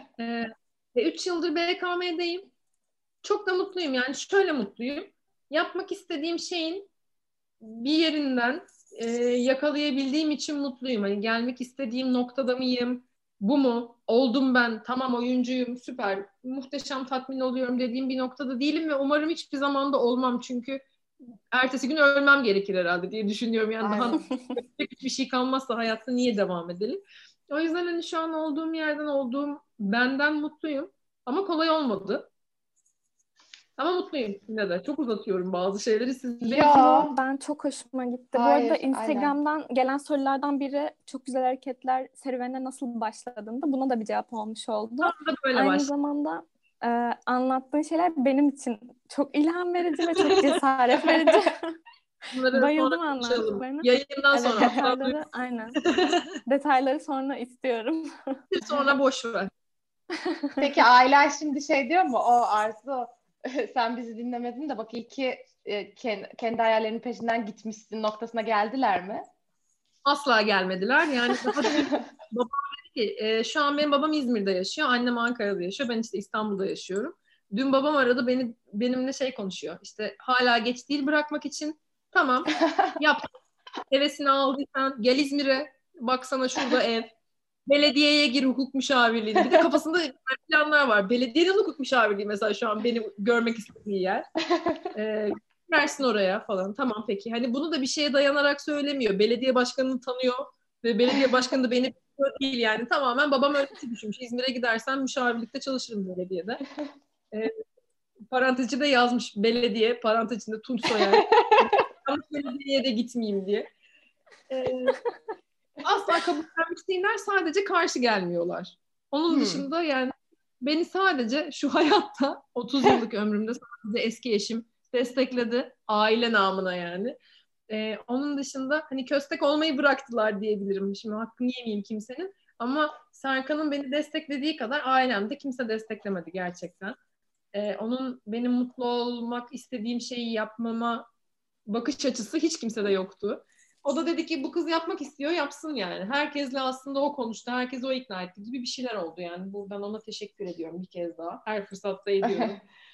3 yıldır BKM'deyim. Çok da mutluyum. Yani şöyle mutluyum. Yapmak istediğim şeyin bir yerinden yakalayabildiğim için mutluyum. Hani gelmek istediğim noktada mıyım? Bu mu? Oldum ben. Tamam, oyuncuyum. Süper. Muhteşem, tatmin oluyorum dediğim bir noktada değilim ve umarım hiçbir zaman da olmam. Çünkü ertesi gün ölmem gerekir herhalde diye düşünüyorum. Yani daha Aynen. hiçbir şey kalmazsa hayatta niye devam edelim? O yüzden hani şu an olduğum yerden, olduğum benden mutluyum. Ama kolay olmadı. Ama mutluyum yine de. Çok uzatıyorum bazı şeyleri. Siz beni Ya Yo, ben çok hoşuma gitti. Bu arada hayır, aynen. Instagram'dan gelen sorulardan biri çok güzel hareketler serüvenine nasıl başladığında buna da bir cevap olmuş oldu. tam da böyle Aynı başladım. zamanda anlattığın şeyler benim için çok ilham verici ve çok cesaret verici. Bunları sonra Bayıldım konuşalım. anlattıklarına. Yayından Evet, sonra hatta detayları aynen. Detayları sonra istiyorum. sonra boş ver. Peki ailen şimdi şey diyor mu? O Arzu sen bizi dinlemedin de bak iyi ki kendi hayallerinin peşinden gitmişsin noktasına geldiler mi? Asla gelmediler. Yani daha babam dedi ki şu an benim babam İzmir'de yaşıyor. Annem Ankara'da yaşıyor. Ben işte İstanbul'da yaşıyorum. Dün babam aradı benimle şey konuşuyor. İşte hala geç değil bırakmak için. Tamam. Yap. Hevesini aldıysan gel İzmir'e. Baksana şurada ev. Belediyeye gir hukuk müşavirliğine. Bir de kafasında planlar var. Belediyenin hukuk müşavirliği mesela şu an benim görmek istediği yer. Versin oraya falan. Tamam peki. Hani bunu da bir şeye dayanarak söylemiyor. Belediye başkanını tanıyor ve belediye başkanı da beni biliyor değil yani. Tamamen babam öyle bir şey düşünmüş. İzmir'e gidersem müşavirlikte çalışırım belediyede. Parantez içinde yazmış belediye, parantez içinde Tunç Soyer. Ama belediyeye de gitmeyeyim diye. Asla kabullenmiş değiller. Sadece karşı gelmiyorlar. Onun dışında yani beni sadece şu hayatta 30 yıllık ömrümde sadece eski eşim destekledi. Aile namına yani. Onun dışında hani köstek olmayı bıraktılar diyebilirim. Şimdi hakkını yemeyeyim kimsenin. Ama Serkan'ın beni desteklediği kadar ailemde kimse desteklemedi gerçekten. Onun benim mutlu olmak istediğim şeyi yapmama bakış açısı hiç kimsede yoktu. O da dedi ki bu kız yapmak istiyor, yapsın yani. Herkesle aslında o konuştu, herkes o ikna etti gibi bir şeyler oldu yani. Buradan ona teşekkür ediyorum bir kez daha. Her fırsatta ediyorum.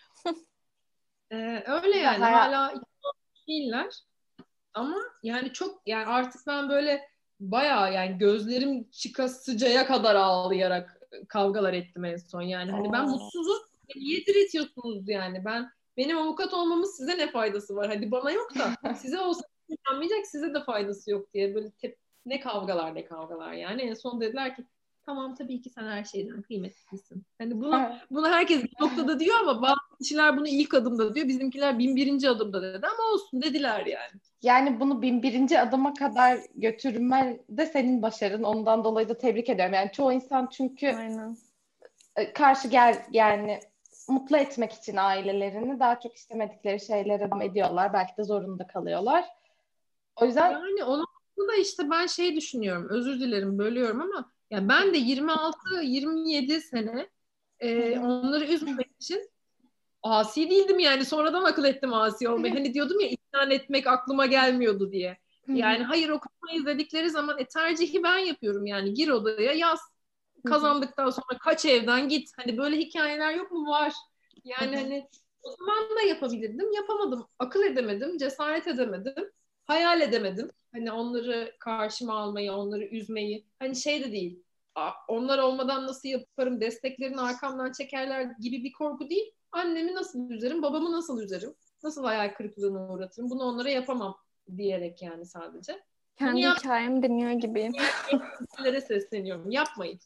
Öyle Güzel yani hayat. hala değiller. Ama yani çok yani artık ben böyle bayağı yani gözlerim çıkasıcaya kadar ağlayarak kavgalar ettim en son. Yani hani ben mutsuzum. Niye diretiyorsunuz yani? Benim avukat olmamın size ne faydası var? Hadi bana yok da size olsa inanmayacak, size de faydası yok diye böyle ne kavgalar ne kavgalar yani. En son dediler ki tamam tabii ki sen her şeyden kıymetlisin. Hani bunu herkes bir noktada diyor ama bazı kişiler bunu ilk adımda diyor. Bizimkiler 1001. adımda dedi ama olsun dediler yani. Yani bunu 1001. adıma kadar götürmen de senin başarın. Ondan dolayı da tebrik ediyorum. Yani çoğu insan çünkü Aynen. karşı gel yani mutlu etmek için ailelerini daha çok istemedikleri şeylere devam ediyorlar. Belki de zorunda kalıyorlar. O yüzden Yani onun da işte ben şey düşünüyorum. Özür dilerim bölüyorum ama ya ben de 26-27 sene onları üzmemek için asi değildim yani. Sonradan akıl ettim asi olmayı. Hani diyordum ya isyan etmek aklıma gelmiyordu diye. Yani hayır okumayız dedikleri zaman tercihi ben yapıyorum yani. Gir odaya yaz. Kazandıktan sonra kaç evden git. Hani böyle hikayeler yok mu? Var. Yani hani o zaman da yapabilirdim. Yapamadım. Akıl edemedim. Cesaret edemedim. Hayal edemedim. Hani onları karşıma almayı, onları üzmeyi. Hani şey de değil. Onlar olmadan nasıl yaparım, desteklerini arkamdan çekerler gibi bir korku değil. Annemi nasıl üzerim, babamı nasıl üzerim, nasıl hayal kırıklığına uğratırım, bunu onlara yapamam diyerek yani sadece. Bunu Kendi hikayemi dinliyor gibiyim. yapmayan sesleniyorum. Yapmayın.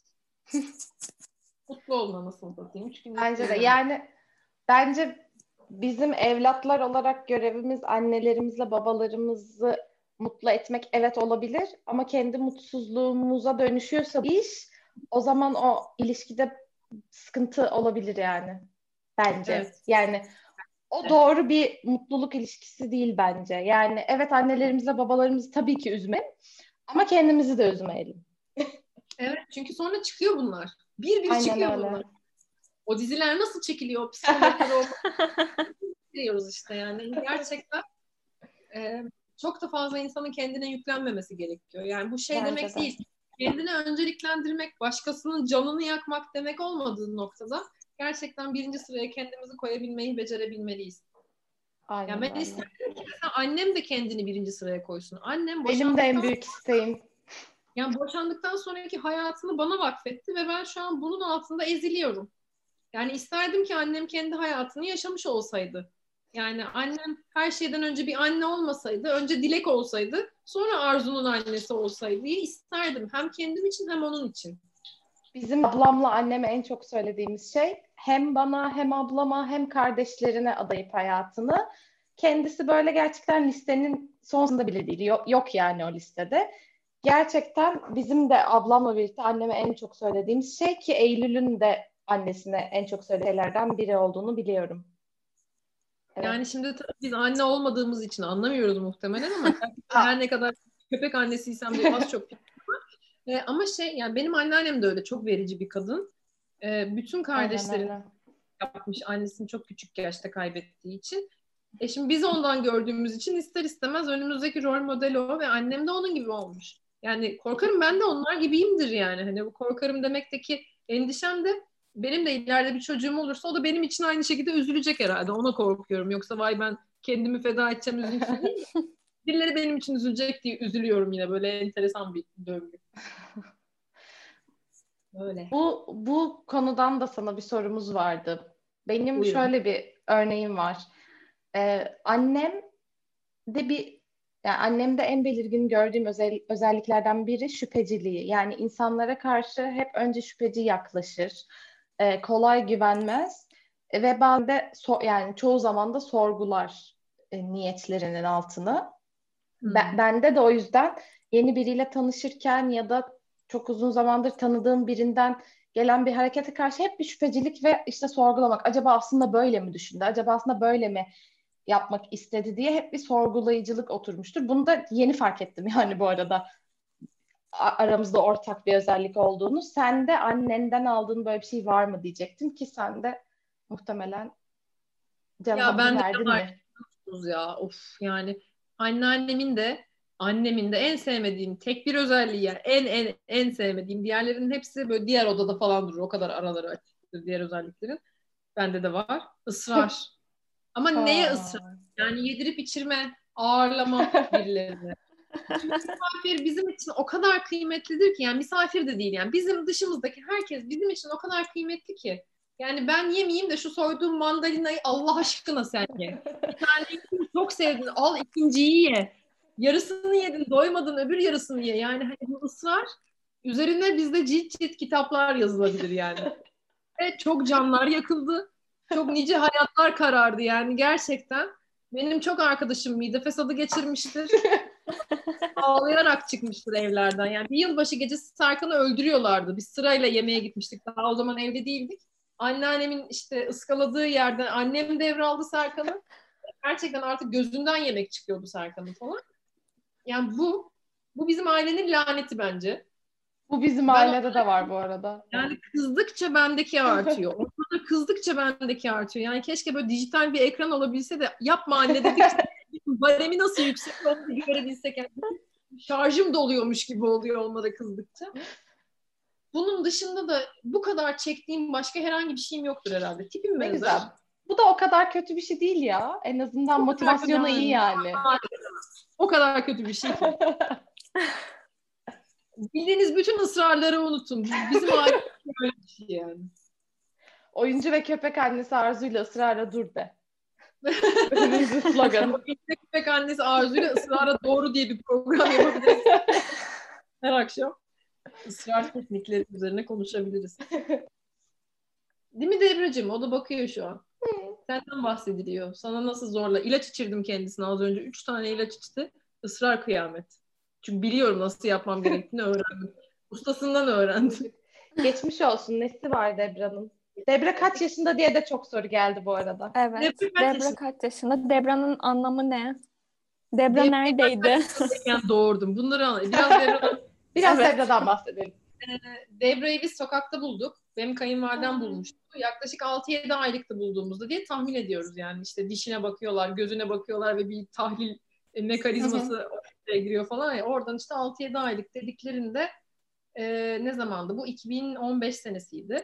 Mutlu olma nasıl satayım. 3 gün bence de mutluyum. yani bence bizim evlatlar olarak görevimiz annelerimizle babalarımızı mutlu etmek evet olabilir ama kendi mutsuzluğumuza dönüşüyorsa bu iş o zaman o ilişkide sıkıntı olabilir yani bence. Evet. Yani o doğru bir mutluluk ilişkisi değil bence. Yani evet annelerimizle babalarımızı tabii ki üzmeyin ama kendimizi de üzmeyelim. Evet çünkü sonra çıkıyor bunlar. Bir Aynen çıkıyor öyle. bunlar. O diziler nasıl çekiliyor? Psikologları biliyoruz işte yani. Gerçekten çok da fazla insanın kendine yüklenmemesi gerekiyor. Yani bu şey Bence demek de. değil. Kendini önceliklendirmek, başkasının canını yakmak demek olmadığı noktada gerçekten birinci sıraya kendimizi koyabilmeyi becerebilmeliyiz. Aynen Yani ben öyle. isterdim ki mesela annem de kendini birinci sıraya koysun. Annem Benim de en boşandıktan, büyük isteğim. yani boşandıktan sonraki hayatını bana vakfetti ve ben şu an bunun altında eziliyorum. Yani isterdim ki annem kendi hayatını yaşamış olsaydı. Yani annem her şeyden önce bir anne olmasaydı, önce Dilek olsaydı, sonra Arzu'nun annesi olsaydı diye isterdim. Hem kendim için hem onun için. Bizim ablamla anneme en çok söylediğimiz şey hem bana hem ablama hem kardeşlerine adayıp hayatını. Kendisi böyle gerçekten listenin sonunda bile değil. Yok yani o listede. Gerçekten bizim de ablamla birlikte anneme en çok söylediğimiz şey ki Eylül'ün de annesine en çok söylediği şeylerden biri olduğunu biliyorum. Evet. Yani şimdi tabii biz anne olmadığımız için anlamıyoruz muhtemelen ama gerçekten her ne kadar köpek annesiysem de az çok ama yani benim anneannem de öyle çok verici bir kadın. Bütün Aynen kardeşlerini öyle. yapmış. Annesini çok küçük yaşta kaybettiği için. Şimdi biz ondan gördüğümüz için ister istemez önümüzdeki rol modeli o ve annem de onun gibi olmuş. Yani korkarım ben de onlar gibiyimdir yani. Hani bu korkarım demekteki endişem de benim de ileride bir çocuğum olursa o da benim için aynı şekilde üzülecek herhalde. Ona korkuyorum. Yoksa vay ben kendimi feda edeceğim üzüntüsü değil. Birileri benim için üzülecek diye üzülüyorum yine. Böyle enteresan bir döngü. Öyle. Bu konudan da sana bir sorumuz vardı. Benim Buyurun. şöyle bir örneğim var. Annem de yani annemde en belirgin gördüğüm özelliklerden biri şüpheciliği. Yani insanlara karşı hep önce şüpheci yaklaşır, kolay güvenmez ve bazen de yani çoğu zaman da sorgular niyetlerinin altını. Bende de o yüzden yeni biriyle tanışırken ya da çok uzun zamandır tanıdığım birinden gelen bir harekete karşı hep bir şüphecilik ve işte sorgulamak. Acaba aslında böyle mi düşündü? Acaba aslında böyle mi yapmak istedi diye hep bir sorgulayıcılık oturmuştur. Bunu da yeni fark ettim yani bu arada aramızda ortak bir özellik olduğunu. Sen de annenden aldığın böyle bir şey var mı diyecektim ki sen de muhtemelen Ya cevabını ben de verdin mi? ya of yani anneannemin de annemin de en sevmediğim tek bir özelliği yani en sevmediğim diğerlerinin hepsi böyle diğer odada falan durur o kadar araları açıktır diğer özelliklerin bende de var ısrar ama neye Ha. ısrar yani yedirip içirme ağırlama birilerini çünkü misafir bizim için o kadar kıymetlidir ki yani misafir de değil yani bizim dışımızdaki herkes bizim için o kadar kıymetli ki yani ben yemeyeyim de şu soyduğum mandalinayı Allah aşkına sen ye. Bir tane çok sevdin al ikinciyi ye. Yarısını yedin doymadın öbür yarısını ye. Yani hani bu ısrar üzerine bizde cilt cilt kitaplar yazılabilir yani. Ve çok canlar yakıldı. Çok nice hayatlar karardı yani gerçekten. Benim çok arkadaşım mide fesadı geçirmiştir. Ağlayarak çıkmıştır evlerden. Yani bir yılbaşı gecesi Serkan'ı öldürüyorlardı. Biz sırayla yemeğe gitmiştik. Daha o zaman evde değildik. Anneannemin işte ıskaladığı yerden annem devraldı Serkan'ı. Gerçekten artık gözünden yemek çıkıyordu Serkan'ın falan. Yani bu bizim ailenin laneti bence. Bu bizim Ben ailede de var bu arada. yani kızdıkça bendeki artıyor. Ortada kızdıkça bendeki artıyor. Yani keşke böyle dijital bir ekran olabilse de yapma anne dedikçe baremi nasıl yüksek onu da görebilsek. Yani şarjım doluyormuş gibi oluyor onlara kızdıkça. Bunun dışında da bu kadar çektiğim başka herhangi bir şeyim yoktur herhalde. Tipim Ne benzer. güzel. Bu da o kadar kötü bir şey değil ya. En azından motivasyonu iyi yani. O kadar kötü bir şey ki. Bildiğiniz bütün ısrarları unutun. Bizim aile böyle bir şey yani. Oyuncu ve köpek annesi Arzu'yla ısrarla dur de. Bölümümüzün sloganı. Köpek annesi Arzu'yla ısrara doğru diye bir program yapabiliriz. Her akşam ısrar teknikleri üzerine konuşabiliriz. Değil mi Debracığım? O da bakıyor şu an. Senden bahsediliyor. Sana nasıl zorla. İlaç içirdim kendisine az önce. 3 tane ilaç içti. Israr kıyamet. Çünkü biliyorum nasıl yapmam gerektiğini öğrendim. Ustasından öğrendim. Geçmiş olsun. Nesi var Debra'nın? Debra kaç yaşında diye de çok soru geldi bu arada. Evet. Debra kaç Debra yaşında? kaç yaşında? Debra'nın anlamı ne? Debra Debra'yı neredeydi? kaç yaşındayken doğurdum. Bunları anlayın. Biraz Debra'dan. Biraz Evet. Debra'dan bahsedelim. Debra'yı biz sokakta bulduk. Benim kayınvalidem bulmuştu. Yaklaşık 6-7 aylıktı bulduğumuzda diye tahmin ediyoruz yani. İşte dişine bakıyorlar, gözüne bakıyorlar ve bir tahlil mekanizması ortaya giriyor falan ya. Oradan işte 6-7 aylık dediklerinde ne zamandı? Bu 2015 senesiydi.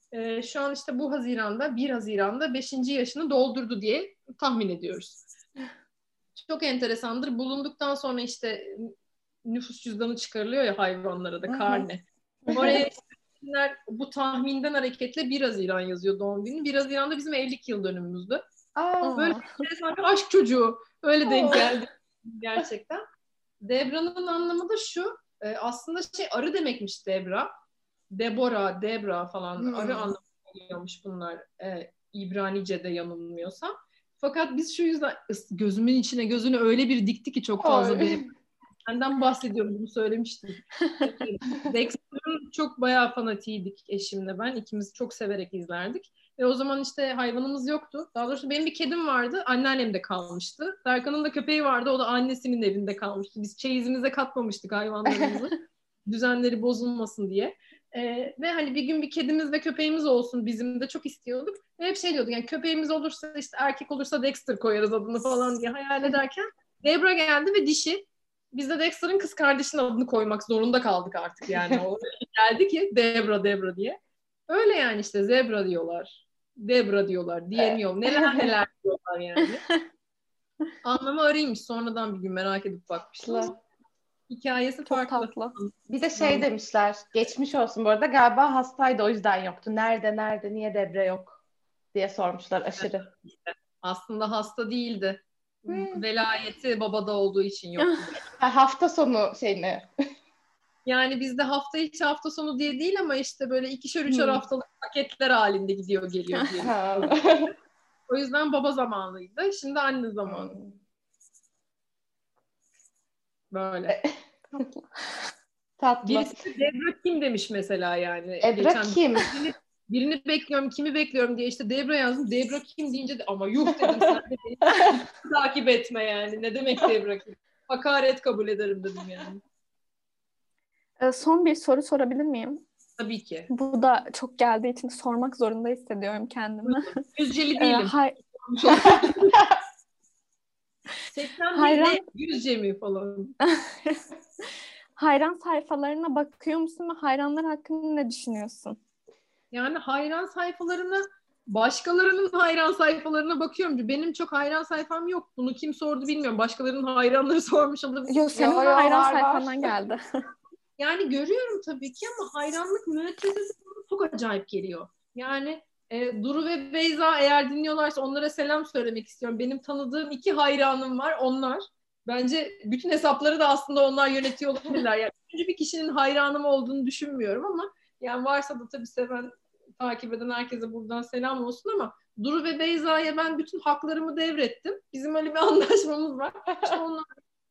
Şu an işte bu Haziran'da, 1 Haziran'da 5. yaşını doldurdu diye tahmin ediyoruz. Çok enteresandır. Bulunduktan sonra işte nüfus cüzdanı çıkarılıyor ya hayvanlara da, karne. Oraya işte bu tahminden hareketle 1 Haziran yazıyor doğum günü. 1 Haziran'da bizim evlilik yıl dönümümüzdü. Böyle enteresan bir aşk çocuğu. Öyle denk geldi gerçekten. Debra'nın anlamı da şu. Aslında arı demekmiş Debra. Debora, Debra falan arı anlamı geliyormuş bunlar. İbranice'de yanılmıyorsam. Fakat biz şu yüzden gözümün içine gözünü öyle bir dikti ki çok fazla benden bahsediyorum, bunu söylemiştim. Dexter'ın çok bayağı fanatiydik eşimle ben. İkimiz çok severek izlerdik. Ve o zaman işte hayvanımız yoktu. Daha doğrusu benim bir kedim vardı. Anneannemde kalmıştı. Serkan'ın da köpeği vardı. O da annesinin evinde kalmıştı. Biz çeyizimize katmamıştık hayvanlarımızı. Düzenleri bozulmasın diye. Ve hani bir gün bir kedimiz ve köpeğimiz olsun bizim de çok istiyorduk. Ve hep diyorduk yani köpeğimiz olursa işte erkek olursa Dexter koyarız adını falan diye hayal ederken Debra geldi ve dişi. Biz de Dexter'ın kız kardeşinin adını koymak zorunda kaldık artık yani. O geldi ki Debra diye. Öyle yani işte zebra diyorlar. Debra diyorlar. Diyemiyorum. Neler diyorlar yani. Anlamı arıymış. Sonradan bir gün merak edip bakmışlar. Hikayesi çok farklı. Tatlı. Bir de demişler. Geçmiş olsun bu arada. Galiba hastaydı, o yüzden yoktu. Nerede niye Debra yok diye sormuşlar aşırı. Aslında hasta değildi. Velayeti babada olduğu için yoktu. Hafta sonu şeyini. Yani bizde hafta içi hafta sonu diye değil ama işte böyle 2'şer 3'er haftalık paketler halinde gidiyor geliyor diye. O yüzden baba zamanıydı. Şimdi anne zamanı. Böyle. Tatlı. Birisi Debra kim demiş mesela yani. Debra kim? Birini bekliyorum, kimi bekliyorum diye işte Debra yazdım. Debra kim deyince de ama yuh dedim, sen de beni takip etme yani. Ne demek Debra kim? Hakaret kabul ederim dedim yani. Son bir soru sorabilir miyim? Tabii ki. Bu da çok geldiği için sormak zorunda hissediyorum kendimi. Yüzceli değilim. 80 değil de 100 mi falan. Hayran sayfalarına bakıyor musun ve hayranlar hakkında ne düşünüyorsun? Yani hayran sayfalarına, başkalarının hayran sayfalarına bakıyorum. Benim çok hayran sayfam yok. Bunu kim sordu bilmiyorum. Başkalarının hayranları sormuş olabilir. Yok, senin hayran sayfandan geldi. Yani görüyorum tabii ki ama hayranlık müessesesi çok acayip geliyor. Yani Duru ve Beyza eğer dinliyorlarsa onlara selam söylemek istiyorum. Benim tanıdığım 2 hayranım var, onlar. Bence bütün hesapları da aslında onlar yönetiyor olabilirler. Yani bir kişinin hayranım olduğunu düşünmüyorum ama yani varsa da tabii seven, takip eden herkese buradan selam olsun ama Duru ve Beyza'ya ben bütün haklarımı devrettim. Bizim öyle bir anlaşmamız var. İşte onlar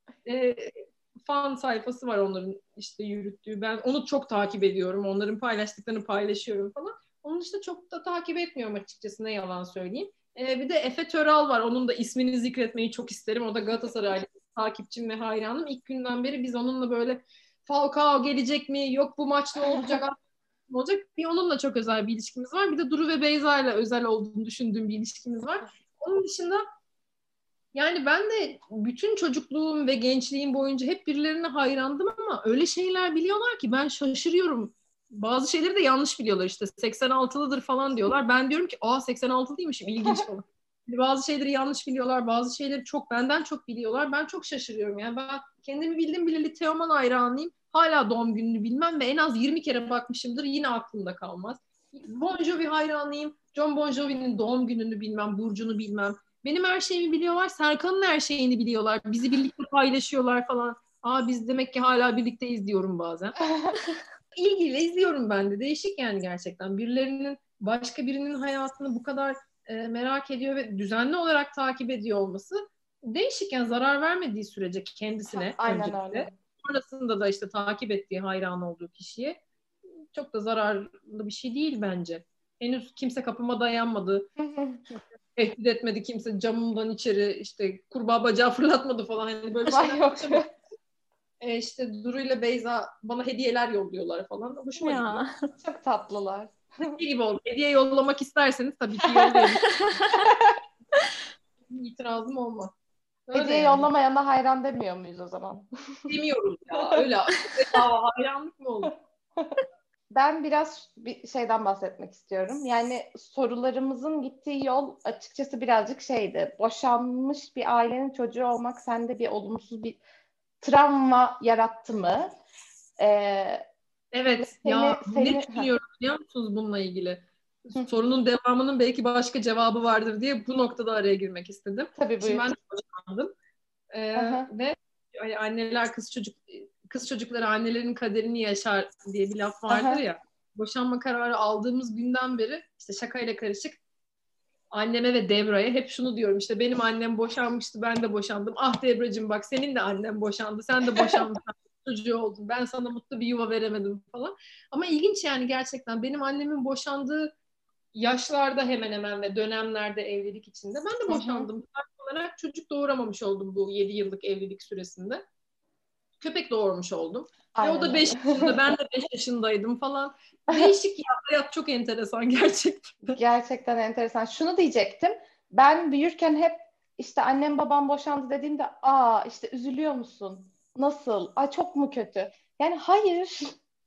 fan sayfası var onların işte yürüttüğü. Ben onu çok takip ediyorum. Onların paylaştıklarını paylaşıyorum falan. Onun işte çok da takip etmiyorum açıkçası, ne yalan söyleyeyim. Bir de Efe Töral var. Onun da ismini zikretmeyi çok isterim. O da Galatasaraylı takipçim ve hayranım. İlk günden beri biz onunla böyle Falcao gelecek mi? Yok bu maç ne olacak? Ne olacak? Bir onunla çok özel bir ilişkimiz var. Bir de Duru ve Beyza ile özel olduğunu düşündüğüm bir ilişkimiz var. Onun dışında yani ben de bütün çocukluğum ve gençliğim boyunca hep birilerine hayrandım ama öyle şeyler biliyorlar ki ben şaşırıyorum. Bazı şeyleri de yanlış biliyorlar, işte 86'lıdır falan diyorlar. Ben diyorum ki 86 değilmişim, ilginç falan. Bazı şeyleri yanlış biliyorlar, bazı şeyleri benden çok biliyorlar. Ben çok şaşırıyorum yani. Ben kendimi bildim bileli Teoman hayranıyım. Hala doğum gününü bilmem ve en az 20 kere bakmışımdır, yine aklımda kalmaz. Bon Jovi hayranıyım. John Bon Jovi'nin doğum gününü bilmem, burcunu bilmem. Benim her şeyimi biliyorlar. Serkan'ın her şeyini biliyorlar. Bizi birlikte paylaşıyorlar falan. Biz demek ki hala birlikteyiz diyorum bazen. İlgiyle izliyorum ben de. Değişik yani gerçekten. Başka birinin hayatını bu kadar merak ediyor ve düzenli olarak takip ediyor olması değişik yani, zarar vermediği sürece kendisine öncelikle. Öyle. Sonrasında da işte takip ettiği, hayran olduğu kişiye çok da zararlı bir şey değil bence. Henüz kimse kapıma dayanmadı. Tehdit etmedi kimse, camımdan içeri işte kurbağa bacağı fırlatmadı falan. Yani böyle şeyler yok. İşte Duru ile Beyza bana hediyeler yolluyorlar falan. Hoşuma gidiyor. Çok tatlılar. İyi gibi oldu. Hediye yollamak isterseniz tabii ki yollayın. İtirazım olmaz. Öyle hediye yani. Yollamayana hayran demiyor muyuz o zaman? Demiyoruz ya. Öyle hayranlık mı olur? Ben biraz bir şeyden bahsetmek istiyorum. Yani sorularımızın gittiği yol açıkçası birazcık şeydi. Boşanmış bir ailenin çocuğu olmak sende bir olumsuz bir travma yarattı mı? Ee, Evet seni ya, ne seni düşünüyorum biliyor musunuz bununla ilgili? Hı, Sorunun devamının belki başka cevabı vardır diye bu noktada araya girmek istedim. tabii Şimdi ben buyur. de boşandım. Aha, Ve hani anneler kız çocukları annelerin kaderini yaşar diye bir laf vardır aha. ya. Boşanma kararı aldığımız günden beri işte şakayla karışık anneme ve Debra'ya hep şunu diyorum, işte benim annem boşanmıştı, ben de boşandım. Ah Debra'cığım, bak senin de annen boşandı, sen de boşandın, çocuğu oldun, ben sana mutlu bir yuva veremedim falan. Ama ilginç yani, gerçekten benim annemin boşandığı yaşlarda hemen hemen ve dönemlerde evlilik içinde ben de Hı hı. boşandım. Farklı olarak çocuk doğuramamış oldum bu 7 yıllık evlilik süresinde. Köpek doğurmuş oldum. O Aynen da 5 öyle. yaşında, ben de 5 yaşındaydım falan. Değişik ya, hayat çok enteresan gerçekten. Gerçekten enteresan. Şunu diyecektim. Ben büyürken hep işte annem babam boşandı dediğimde işte üzülüyor musun? Nasıl? Çok mu kötü? Yani hayır.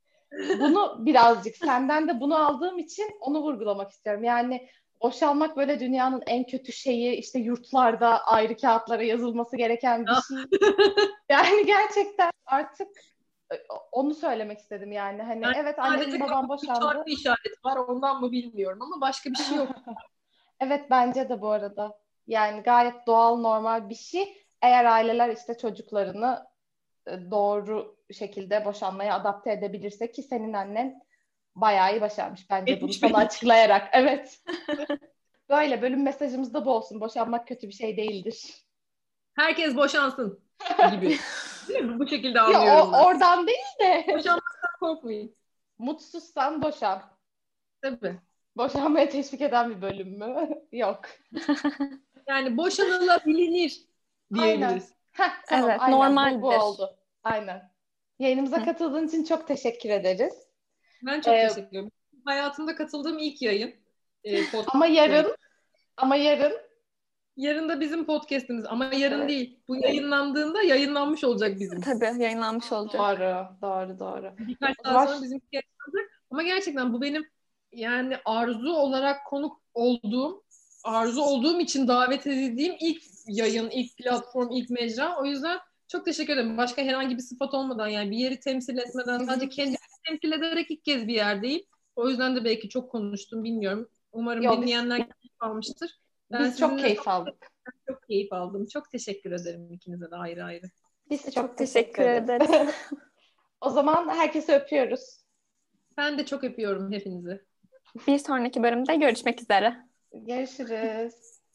Bunu birazcık senden de bunu aldığım için onu vurgulamak istiyorum. Yani boşanmak böyle dünyanın en kötü şeyi, işte yurtlarda ayrı kağıtlara yazılması gereken bir şey. Yani gerçekten artık onu söylemek istedim yani. Hani Yani evet sadece annem babam kafamda bir çarpı boşandı. işareti var, ondan mı bilmiyorum ama başka bir şey yok. Evet bence de bu arada. Yani gayet doğal, normal bir şey. Eğer aileler işte çocuklarını doğru şekilde boşanmaya adapte edebilirse, ki senin annen bayağı iyi başarmış bence bunu Etmiş sana belli. açıklayarak. Evet. Böyle bölüm mesajımız da bu olsun. Boşanmak kötü bir şey değildir. Herkes boşansın gibi. Değil mi? Bu şekilde Ya anlıyorum ben. oradan değil de Boşanmaktan korkmayın. mutsuzsan boşan. Tabii. Boşanmaya teşvik eden bir bölüm mü? Yok. Yani boşanılabilir Aynen. diyebiliriz. Tamam Evet, aynen bu normaldir. oldu. Aynen. Yayınımıza Hı. katıldığın için çok teşekkür ederiz. Ben çok Ee, teşekkür ederim. Hayatımda katıldığım ilk yayın. ama Podcast yayın. yarın Yarın da bizim podcast'imiz. Ama yarın evet. değil. Bu yayınlandığında yayınlanmış olacak bizim. Tabii yayınlanmış olacak. Doğru. Birkaç O saat zaman sonra bizimki yayınlanacak. Ama gerçekten bu benim yani arzu olarak konuk olduğum, arzu olduğum için davet edildiğim ilk yayın, ilk platform, ilk mecra. O yüzden çok teşekkür ederim. Başka herhangi bir sıfat olmadan, yani bir yeri temsil etmeden, Hı sadece hı. kendimi temsil ederek ilk kez bir yerdeyim. O yüzden de belki çok konuştum, bilmiyorum. Umarım Yo, biz dinleyenler keyif almıştır. Ben biz çok sizinle keyif aldık. çok keyif aldım. Çok teşekkür ederim ikinize de ayrı ayrı. Biz Biz çok çok teşekkür teşekkür ederiz. ederiz. O zaman herkese öpüyoruz. Ben de çok öpüyorum hepinizi. Bir sonraki bölümde görüşmek üzere. Görüşürüz.